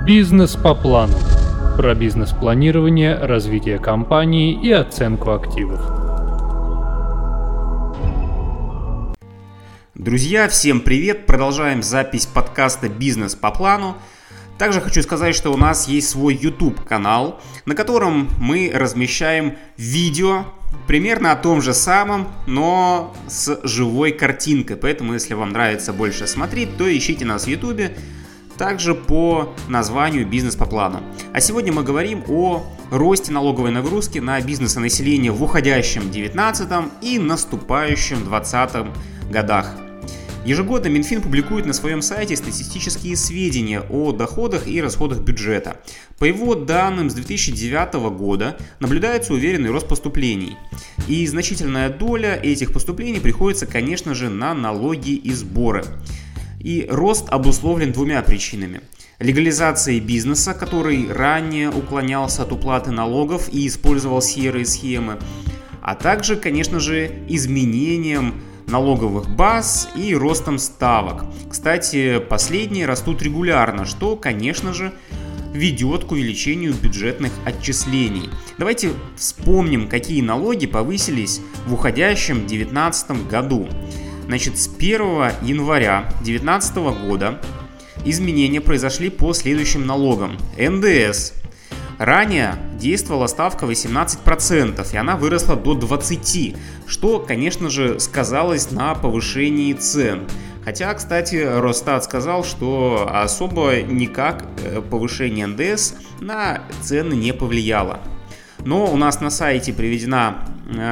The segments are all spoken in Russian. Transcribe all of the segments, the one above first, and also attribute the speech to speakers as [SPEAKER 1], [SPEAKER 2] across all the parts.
[SPEAKER 1] Бизнес по плану. Про бизнес-планирование, развитие компании и оценку активов.
[SPEAKER 2] Друзья, всем привет! Продолжаем запись подкаста «Бизнес по плану». Также хочу сказать, что у нас есть свой YouTube-канал, на котором мы размещаем видео примерно о том же самом, но с живой картинкой. Поэтому, если вам нравится больше смотреть, то ищите нас в YouTube, также по названию «Бизнес по плану». А сегодня мы говорим о росте налоговой нагрузки на бизнес и население в уходящем 2019 и наступающем 2020 годах. Ежегодно Минфин публикует на своем сайте статистические сведения о доходах и расходах бюджета. По его данным, с 2009 года наблюдается уверенный рост поступлений. И значительная доля этих поступлений приходится, конечно же, на налоги и сборы. И рост обусловлен двумя причинами. Легализацией бизнеса, который ранее уклонялся от уплаты налогов и использовал серые схемы, а также, конечно же, изменением налоговых баз и ростом ставок. Кстати, последние растут регулярно, что, конечно же, ведет к увеличению бюджетных отчислений. Давайте вспомним, какие налоги повысились в уходящем 2019 году. Значит, с 1 января 2019 года изменения произошли по следующим налогам. НДС. Ранее действовала ставка 18%, и она выросла до 20%, что, конечно же, сказалось на повышении цен. Хотя, кстати, Росстат сказал, что особо никак повышение НДС на цены не повлияло. Но у нас на сайте приведена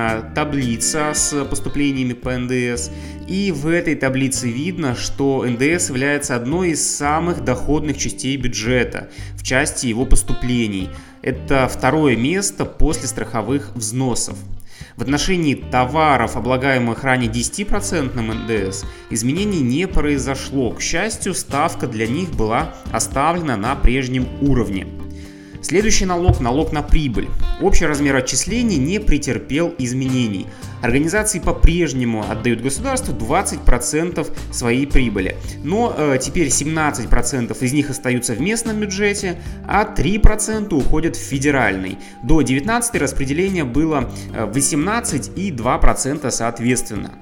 [SPEAKER 2] таблица с поступлениями по НДС, и в этой таблице видно, что НДС является одной из самых доходных частей бюджета в части его поступлений. Это второе место после страховых взносов. В отношении товаров, облагаемых ранее 10% НДС, изменений не произошло. К счастью, ставка для них была оставлена на прежнем уровне. Следующий налог – налог на прибыль. Общий размер отчислений не претерпел изменений. Организации по-прежнему отдают государству 20% своей прибыли. Но теперь 17% из них остаются в местном бюджете, а 3% уходят в федеральный. До 2019 распределение было 18% и 2% соответственно.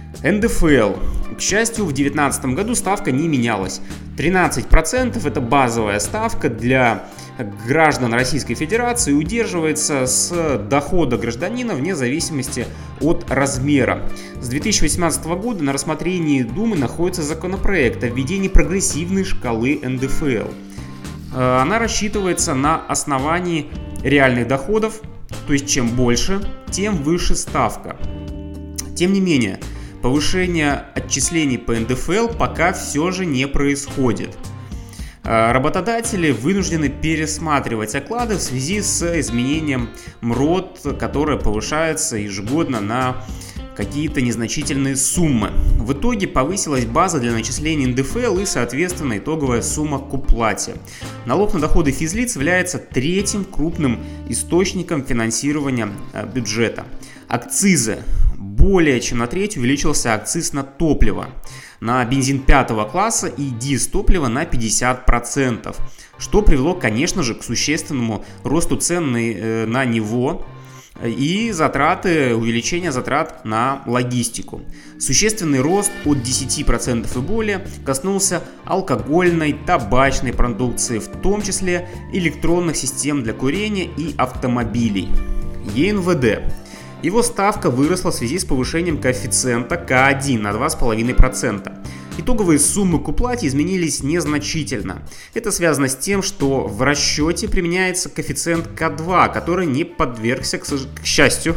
[SPEAKER 2] НДФЛ. К счастью, в 2019 году ставка не менялась. 13% это базовая ставка для граждан Российской Федерации, удерживается с дохода гражданина вне зависимости от размера. С 2018 года на рассмотрении Думы находится законопроект о введении прогрессивной шкалы НДФЛ. Она рассчитывается на основании реальных доходов, то есть чем больше, тем выше ставка. Тем не менее, повышение отчислений по НДФЛ пока все же не происходит. Работодатели вынуждены пересматривать оклады в связи с изменением МРОТ, которое повышается ежегодно на какие-то незначительные суммы. В итоге повысилась база для начисления НДФЛ и, соответственно, итоговая сумма к уплате. Налог на доходы физлиц является третьим крупным источником финансирования бюджета. Акцизы. Более чем на треть увеличился акциз на топливо. На бензин 5 класса и дизтопливо на 50%, что привело, конечно же, к существенному росту цен на него и увеличение затрат на логистику. Существенный рост от 10% и более коснулся алкогольной, табачной продукции, в том числе электронных систем для курения и автомобилей. ЕНВД. Его ставка выросла в связи с повышением коэффициента К1 на 2,5%. Итоговые суммы к уплате изменились незначительно. Это связано с тем, что в расчете применяется коэффициент К2, который не подвергся, к счастью,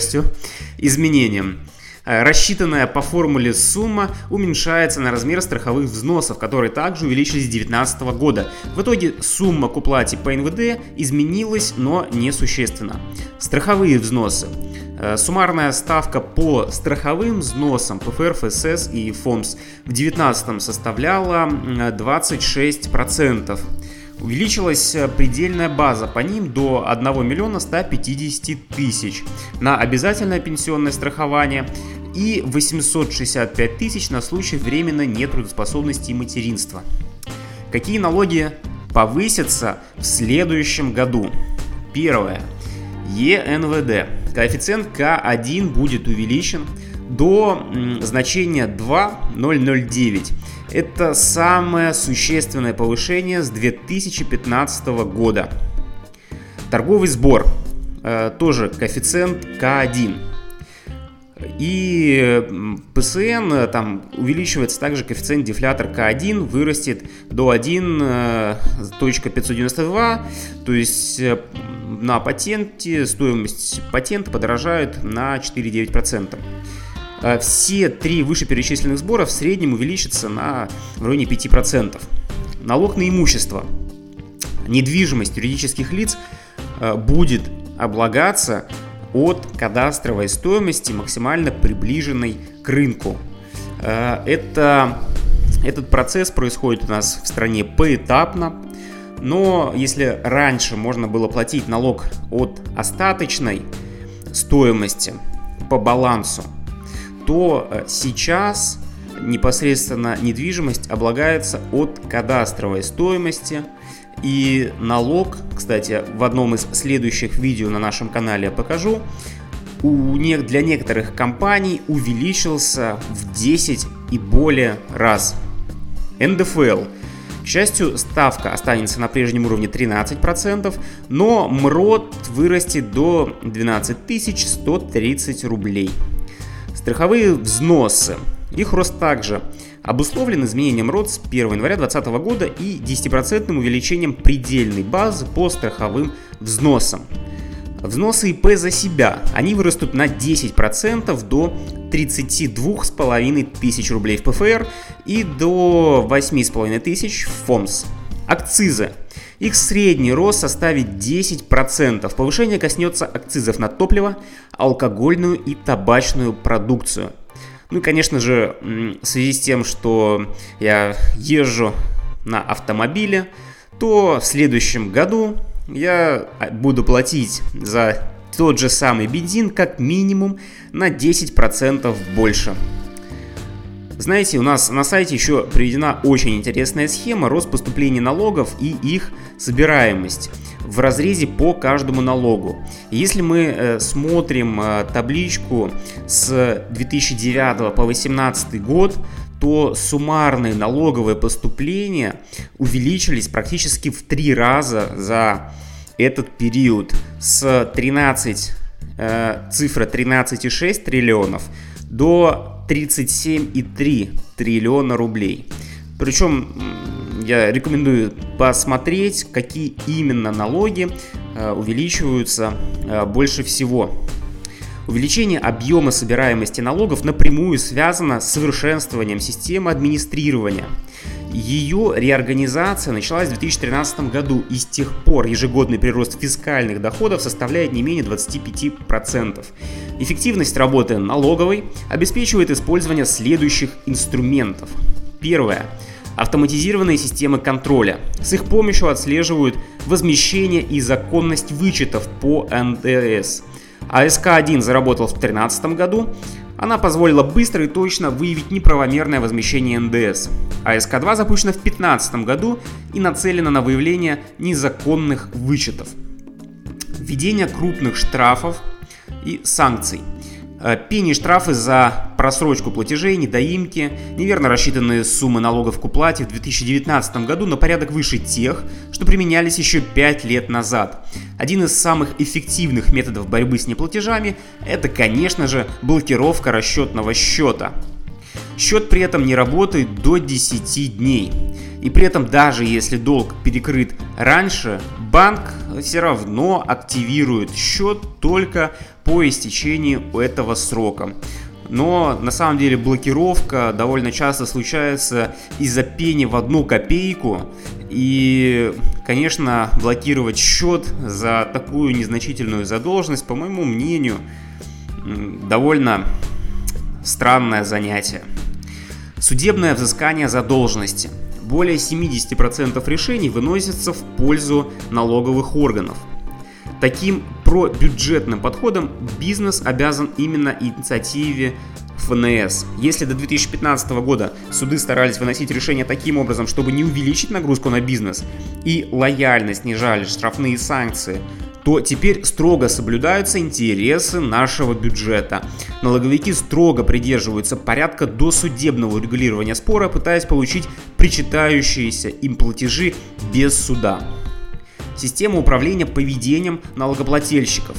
[SPEAKER 2] изменениям. Рассчитанная по формуле сумма уменьшается на размер страховых взносов, которые также увеличились с 2019 года. В итоге сумма к уплате по НВД изменилась, но несущественно. Страховые взносы. Суммарная ставка по страховым взносам ПФР, ФСС и ФОМС в 2019 составляла 26%. Увеличилась предельная база по ним до 1 миллиона 150 тысяч на обязательное пенсионное страхование и 865 тысяч на случай временной нетрудоспособности и материнства. Какие налоги повысятся в следующем году. Первое. ЕНВД. Коэффициент К1 будет увеличен до значения 2,009. Это самое существенное повышение с 2015 года. Торговый сбор. Тоже коэффициент К1. И ПСН, там увеличивается также коэффициент дефлятор К1, вырастет до 1.592, то есть на патенте стоимость патента подорожает на 4,9%. Все три вышеперечисленных сбора в среднем увеличатся в районе 5%. Налог на имущество. Недвижимость юридических лиц будет облагаться от кадастровой стоимости, максимально приближенной к рынку. Этот процесс происходит у нас в стране поэтапно, но если раньше можно было платить налог от остаточной стоимости по балансу, то сейчас непосредственно недвижимость облагается от кадастровой стоимости. И налог, кстати, в одном из следующих видео на нашем канале я покажу, для некоторых компаний увеличился в 10 и более раз. НДФЛ. К счастью, ставка останется на прежнем уровне 13%, но МРОТ вырастет до 12 130 рублей. Страховые взносы. Их рост также обусловлен изменением РОД с 1 января 2020 года и 10% увеличением предельной базы по страховым взносам. Взносы ИП за себя, они вырастут на 10% до 32,5 тысяч рублей в ПФР и до 8,5 тысяч в ФОМС. Акцизы. Их средний рост составит 10%. Повышение коснется акцизов на топливо, алкогольную и табачную продукцию. Ну и, конечно же, в связи с тем, что я езжу на автомобиле, то в следующем году я буду платить за тот же самый бензин как минимум на 10% больше. Знаете, у нас на сайте еще приведена очень интересная схема рост поступлений налогов и их собираемость в разрезе по каждому налогу. Если мы смотрим табличку с 2009 по 2018 год, то суммарные налоговые поступления увеличились практически в 3 раза за этот период с цифры 13,6 триллионов до 37,3 триллиона рублей. Причем я рекомендую посмотреть, какие именно налоги увеличиваются больше всего. Увеличение объема собираемости налогов напрямую связано с совершенствованием системы администрирования. Ее реорганизация началась в 2013 году, и с тех пор ежегодный прирост фискальных доходов составляет не менее 25%. Эффективность работы налоговой обеспечивает использование следующих инструментов. Первое. Автоматизированные системы контроля. С их помощью отслеживают возмещение и законность вычетов по НДС. АСК-1 заработал в 2013 году. Она позволила быстро и точно выявить неправомерное возмещение НДС. АСК-2 запущена в 2015 году и нацелена на выявление незаконных вычетов. Введение крупных штрафов и санкций. Пени и штрафы за просрочку платежей, недоимки, неверно рассчитанные суммы налогов к уплате в 2019 году на порядок выше тех, что применялись еще 5 лет назад. Один из самых эффективных методов борьбы с неплатежами – это, конечно же, блокировка расчетного счета. Счет при этом не работает до 10 дней. И при этом, даже если долг перекрыт раньше, банк все равно активирует счет только по истечении этого срока. Но на самом деле блокировка довольно часто случается из-за пени в 1 копейку. И, конечно, блокировать счет за такую незначительную задолженность, по моему мнению, довольно странное занятие. Судебное взыскание задолженности. Более 70% решений выносятся в пользу налоговых органов. Таким пробюджетным подходом бизнес обязан именно инициативе ФНС. Если до 2015 года суды старались выносить решения таким образом, чтобы не увеличить нагрузку на бизнес и лояльно снижали штрафные санкции, то теперь строго соблюдаются интересы нашего бюджета. Налоговики строго придерживаются порядка досудебного урегулирования спора, пытаясь получить причитающиеся им платежи без суда. Система управления поведением налогоплательщиков.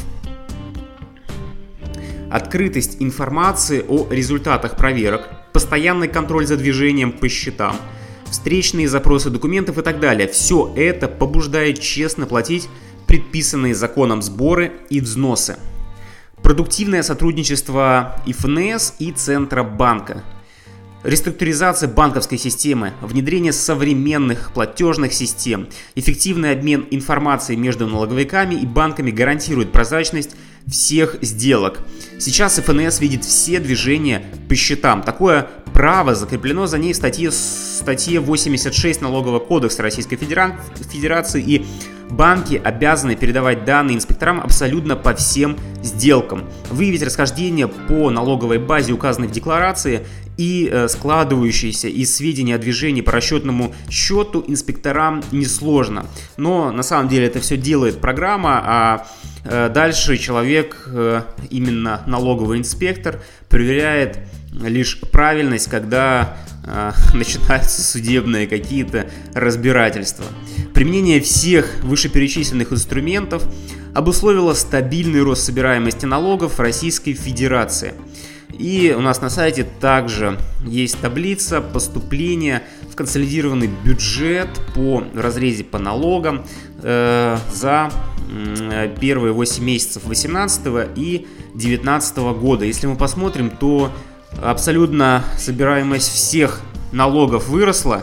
[SPEAKER 2] Открытость информации о результатах проверок, постоянный контроль за движением по счетам, встречные запросы документов и так далее. Все это побуждает честно платить предписанные законом сборы и взносы. Продуктивное сотрудничество и ФНС, и Центробанка. Реструктуризация банковской системы, внедрение современных платежных систем, эффективный обмен информацией между налоговиками и банками гарантирует прозрачность всех сделок. Сейчас ФНС видит все движения по счетам. Такое право закреплено за ней в статье 86 Налогового кодекса Российской Федерации, и банки обязаны передавать данные инспекторам абсолютно по всем сделкам. Выявить расхождение по налоговой базе, указанной в декларации, и складывающиеся из сведений о движении по расчетному счету инспекторам несложно. Но на самом деле это все делает программа, а дальше человек, именно налоговый инспектор, проверяет лишь правильность, когда начинаются судебные какие-то разбирательства. Применение всех вышеперечисленных инструментов обусловило стабильный рост собираемости налогов в Российской Федерации. И у нас на сайте также есть таблица поступления в консолидированный бюджет в разрезе по налогам за первые 8 месяцев 2018 и 2019 года. Если мы посмотрим, то абсолютно собираемость всех налогов выросла,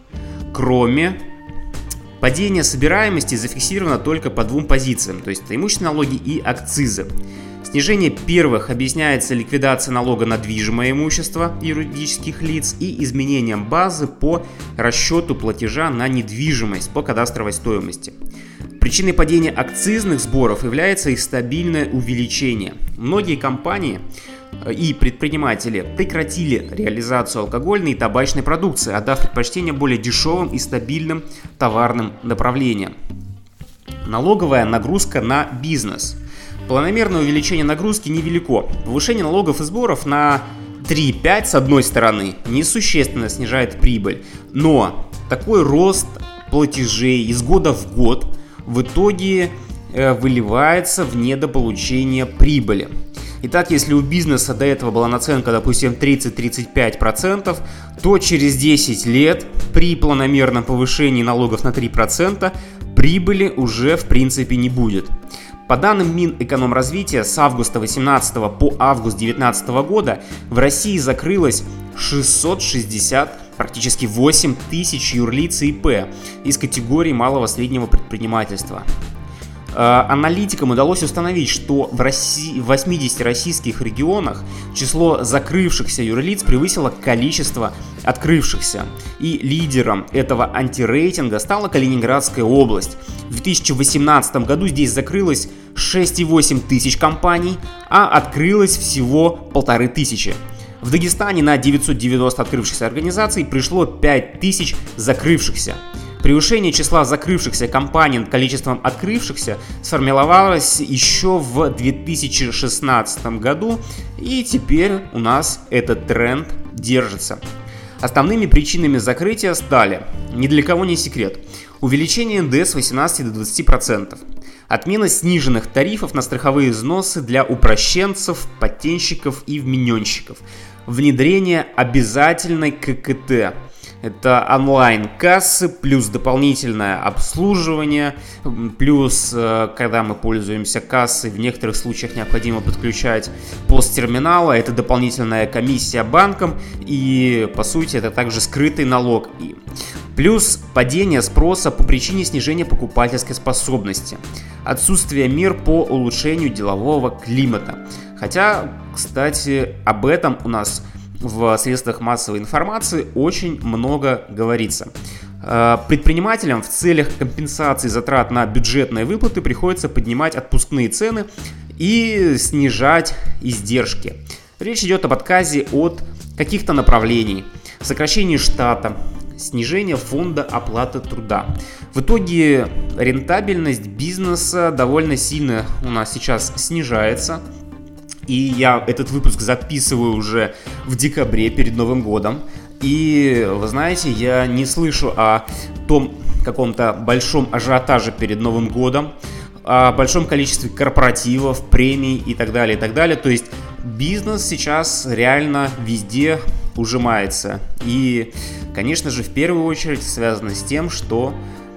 [SPEAKER 2] кроме падения собираемости зафиксировано только по двум позициям, то есть это имущественные налоги и акцизы. Снижение первых объясняется ликвидацией налога на движимое имущество юридических лиц и изменением базы по расчету платежа на недвижимость по кадастровой стоимости. Причиной падения акцизных сборов является их стабильное увеличение. Многие компании и предприниматели прекратили реализацию алкогольной и табачной продукции, отдав предпочтение более дешевым и стабильным товарным направлениям. Налоговая нагрузка на бизнес. Планомерное увеличение нагрузки невелико. Повышение налогов и сборов на 3-5 с одной стороны несущественно снижает прибыль, но такой рост платежей из года в год в итоге выливается в недополучение прибыли. Итак, если у бизнеса до этого была наценка, допустим, 30-35%, то через 10 лет при планомерном повышении налогов на 3% прибыли уже в принципе не будет. По данным Минэкономразвития, с августа 2018 по август 2019 года в России закрылось 660, практически 8 тысяч юрлиц и ИП из категории малого-среднего предпринимательства. Аналитикам удалось установить, что в 80 российских регионах число закрывшихся юрлиц превысило количество открывшихся. И лидером этого антирейтинга стала Калининградская область. В 2018 году здесь закрылось 6,8 тысяч компаний, а открылось всего 1500. В Дагестане на 990 открывшихся организаций пришло 5000 закрывшихся. Превышение числа закрывшихся компаний над количеством открывшихся сформировалось еще в 2016 году, и теперь у нас этот тренд держится. Основными причинами закрытия стали, ни для кого не секрет, увеличение НДС с 18 до 20%, отмена сниженных тарифов на страховые взносы для упрощенцев, патентщиков и вмененщиков, внедрение обязательной ККТ. Это онлайн-кассы, плюс дополнительное обслуживание, плюс, когда мы пользуемся кассой, в некоторых случаях необходимо подключать POS-терминалы, это дополнительная комиссия банкам и, по сути, это также скрытый налог. Плюс падение спроса по причине снижения покупательской способности, отсутствие мер по улучшению делового климата. Хотя, кстати, об этом у нас в средствах массовой информации очень много говорится. Предпринимателям в целях компенсации затрат на бюджетные выплаты приходится поднимать отпускные цены и снижать издержки. Речь идет об отказе от каких-то направлений, сокращении штата, снижение фонда оплаты труда. В итоге рентабельность бизнеса довольно сильно у нас сейчас снижается. И я этот выпуск записываю уже в декабре, перед Новым годом. И вы знаете, я не слышу о том каком-то большом ажиотаже перед Новым годом, о большом количестве корпоративов, премий и так далее, и так далее. То есть бизнес сейчас реально везде ужимается. И, конечно же, в первую очередь связано с тем, что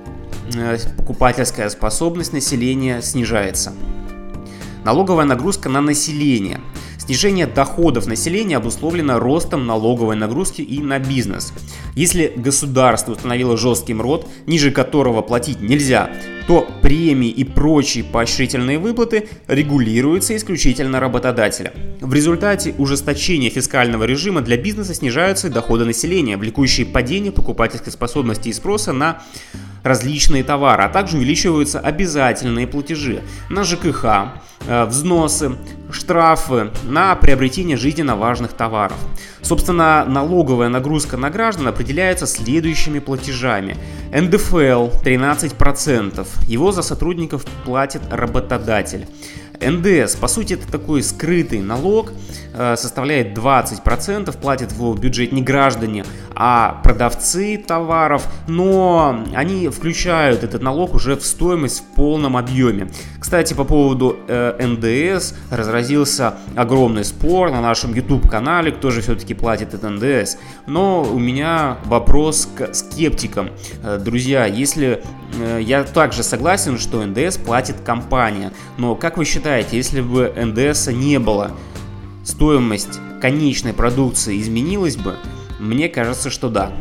[SPEAKER 2] покупательская способность населения снижается. Налоговая нагрузка на население. Снижение доходов населения обусловлено ростом налоговой нагрузки и на бизнес. Если государство установило жесткий МРОТ, ниже которого платить нельзя, то премии и прочие поощрительные выплаты регулируются исключительно работодателем. В результате ужесточения фискального режима для бизнеса снижаются доходы населения, влекущие падение покупательской способности и спроса на различные товары, а также увеличиваются обязательные платежи на ЖКХ, взносы, штрафы на приобретение жизненно важных товаров. Собственно, налоговая нагрузка на граждан определяется следующими платежами. НДФЛ 13%, его за сотрудников платит работодатель. НДС, по сути, это такой скрытый налог, составляет 20%, платят его в бюджет не граждане, а продавцы товаров, но они включают этот налог уже в стоимость в полном объеме. Кстати, по поводу НДС разразился огромный спор на нашем YouTube-канале, кто же все-таки платит этот НДС. Но у меня вопрос к скептикам. Друзья, если я также согласен, что НДС платит компания, но как вы считаете, если бы НДС не было, стоимость конечной продукции изменилась бы? Мне кажется, что да.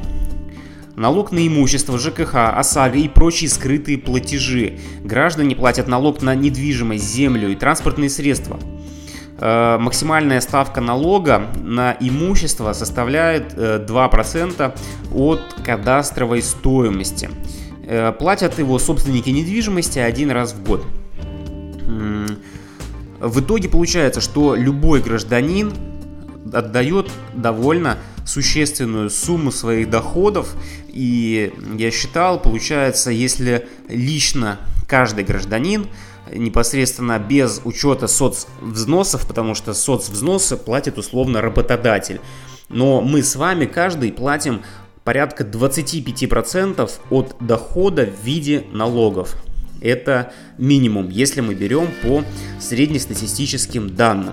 [SPEAKER 2] Налог на имущество, ЖКХ, ОСАГО и прочие скрытые платежи. Граждане платят налог на недвижимость, землю и транспортные средства. Максимальная ставка налога на имущество составляет 2% от кадастровой стоимости. Платят его собственники недвижимости один раз в год. В итоге получается, что любой гражданин отдает довольно существенную сумму своих доходов. И я считал, получается, если лично каждый гражданин непосредственно без учета соцвзносов, потому что соцвзносы платит условно работодатель, но мы с вами каждый платим порядка 25% от дохода в виде налогов. Это минимум, если мы берем по среднестатистическим данным.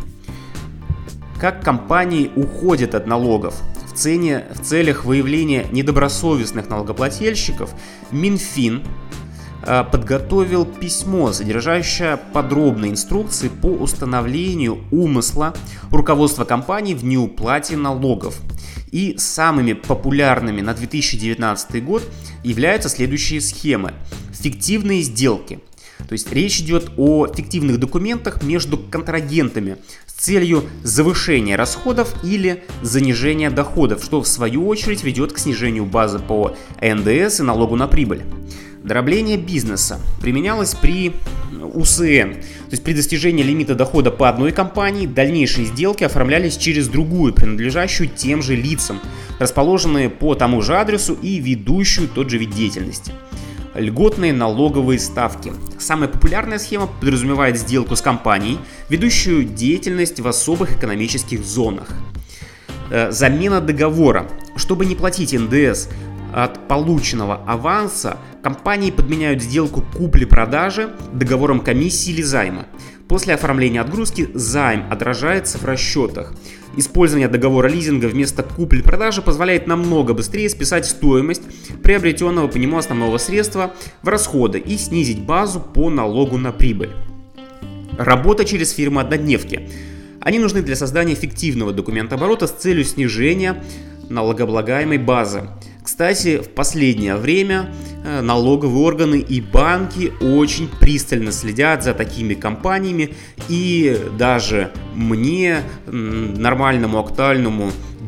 [SPEAKER 2] Как компании уходят от налогов? В целях выявления недобросовестных налогоплательщиков Минфин подготовил письмо, содержащее подробные инструкции по установлению умысла руководства компании в неуплате налогов. И самыми популярными на 2019 год являются следующие схемы. Фиктивные сделки. То есть речь идет о фиктивных документах между контрагентами с целью завышения расходов или занижения доходов, что в свою очередь ведет к снижению базы по НДС и налогу на прибыль. Дробление бизнеса применялось при УСН, то есть при достижении лимита дохода по одной компании дальнейшие сделки оформлялись через другую, принадлежащую тем же лицам, расположенные по тому же адресу и ведущую тот же вид деятельности. Льготные налоговые ставки. Самая популярная схема подразумевает сделку с компанией, ведущую деятельность в особых экономических зонах. Замена договора. Чтобы не платить НДС от полученного аванса, компании подменяют сделку купли-продажи договором комиссии или займа. После оформления отгрузки займ отражается в расчетах. Использование договора лизинга вместо купли-продажи позволяет намного быстрее списать стоимость приобретенного по нему основного средства в расходы и снизить базу по налогу на прибыль. Работа через фирмы-однодневки. Они нужны для создания фиктивного документооборота с целью снижения налогооблагаемой базы. Кстати, в последнее время налоговые органы и банки очень пристально следят за такими компаниями, и даже мне, нормальному актуальному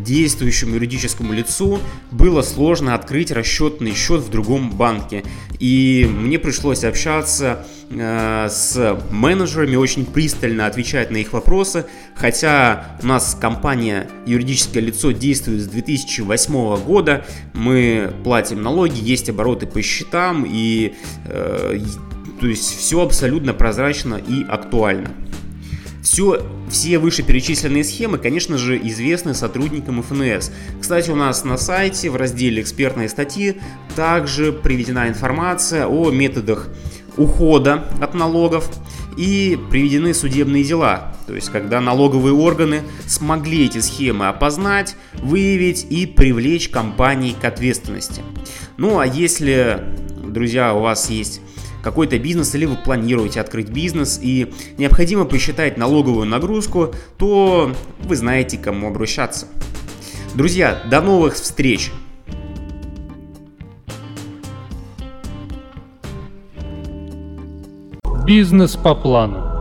[SPEAKER 2] действующему юридическому лицу было сложно открыть расчетный счет в другом банке. И мне пришлось общаться с менеджерами, очень пристально отвечать на их вопросы. Хотя у нас компания, юридическое лицо, действует с 2008 года, мы платим налоги, есть обороты по счетам, и то есть все абсолютно прозрачно и актуально. Все вышеперечисленные схемы, конечно же, известны сотрудникам ФНС. Кстати, у нас на сайте в разделе «Экспертные статьи» также приведена информация о методах ухода от налогов и приведены судебные дела. То есть, когда налоговые органы смогли эти схемы опознать, выявить и привлечь компании к ответственности. Ну а если, друзья, у вас есть какой-то бизнес или вы планируете открыть бизнес и необходимо посчитать налоговую нагрузку, то вы знаете, к кому обращаться. Друзья, до новых встреч!
[SPEAKER 1] Бизнес по плану.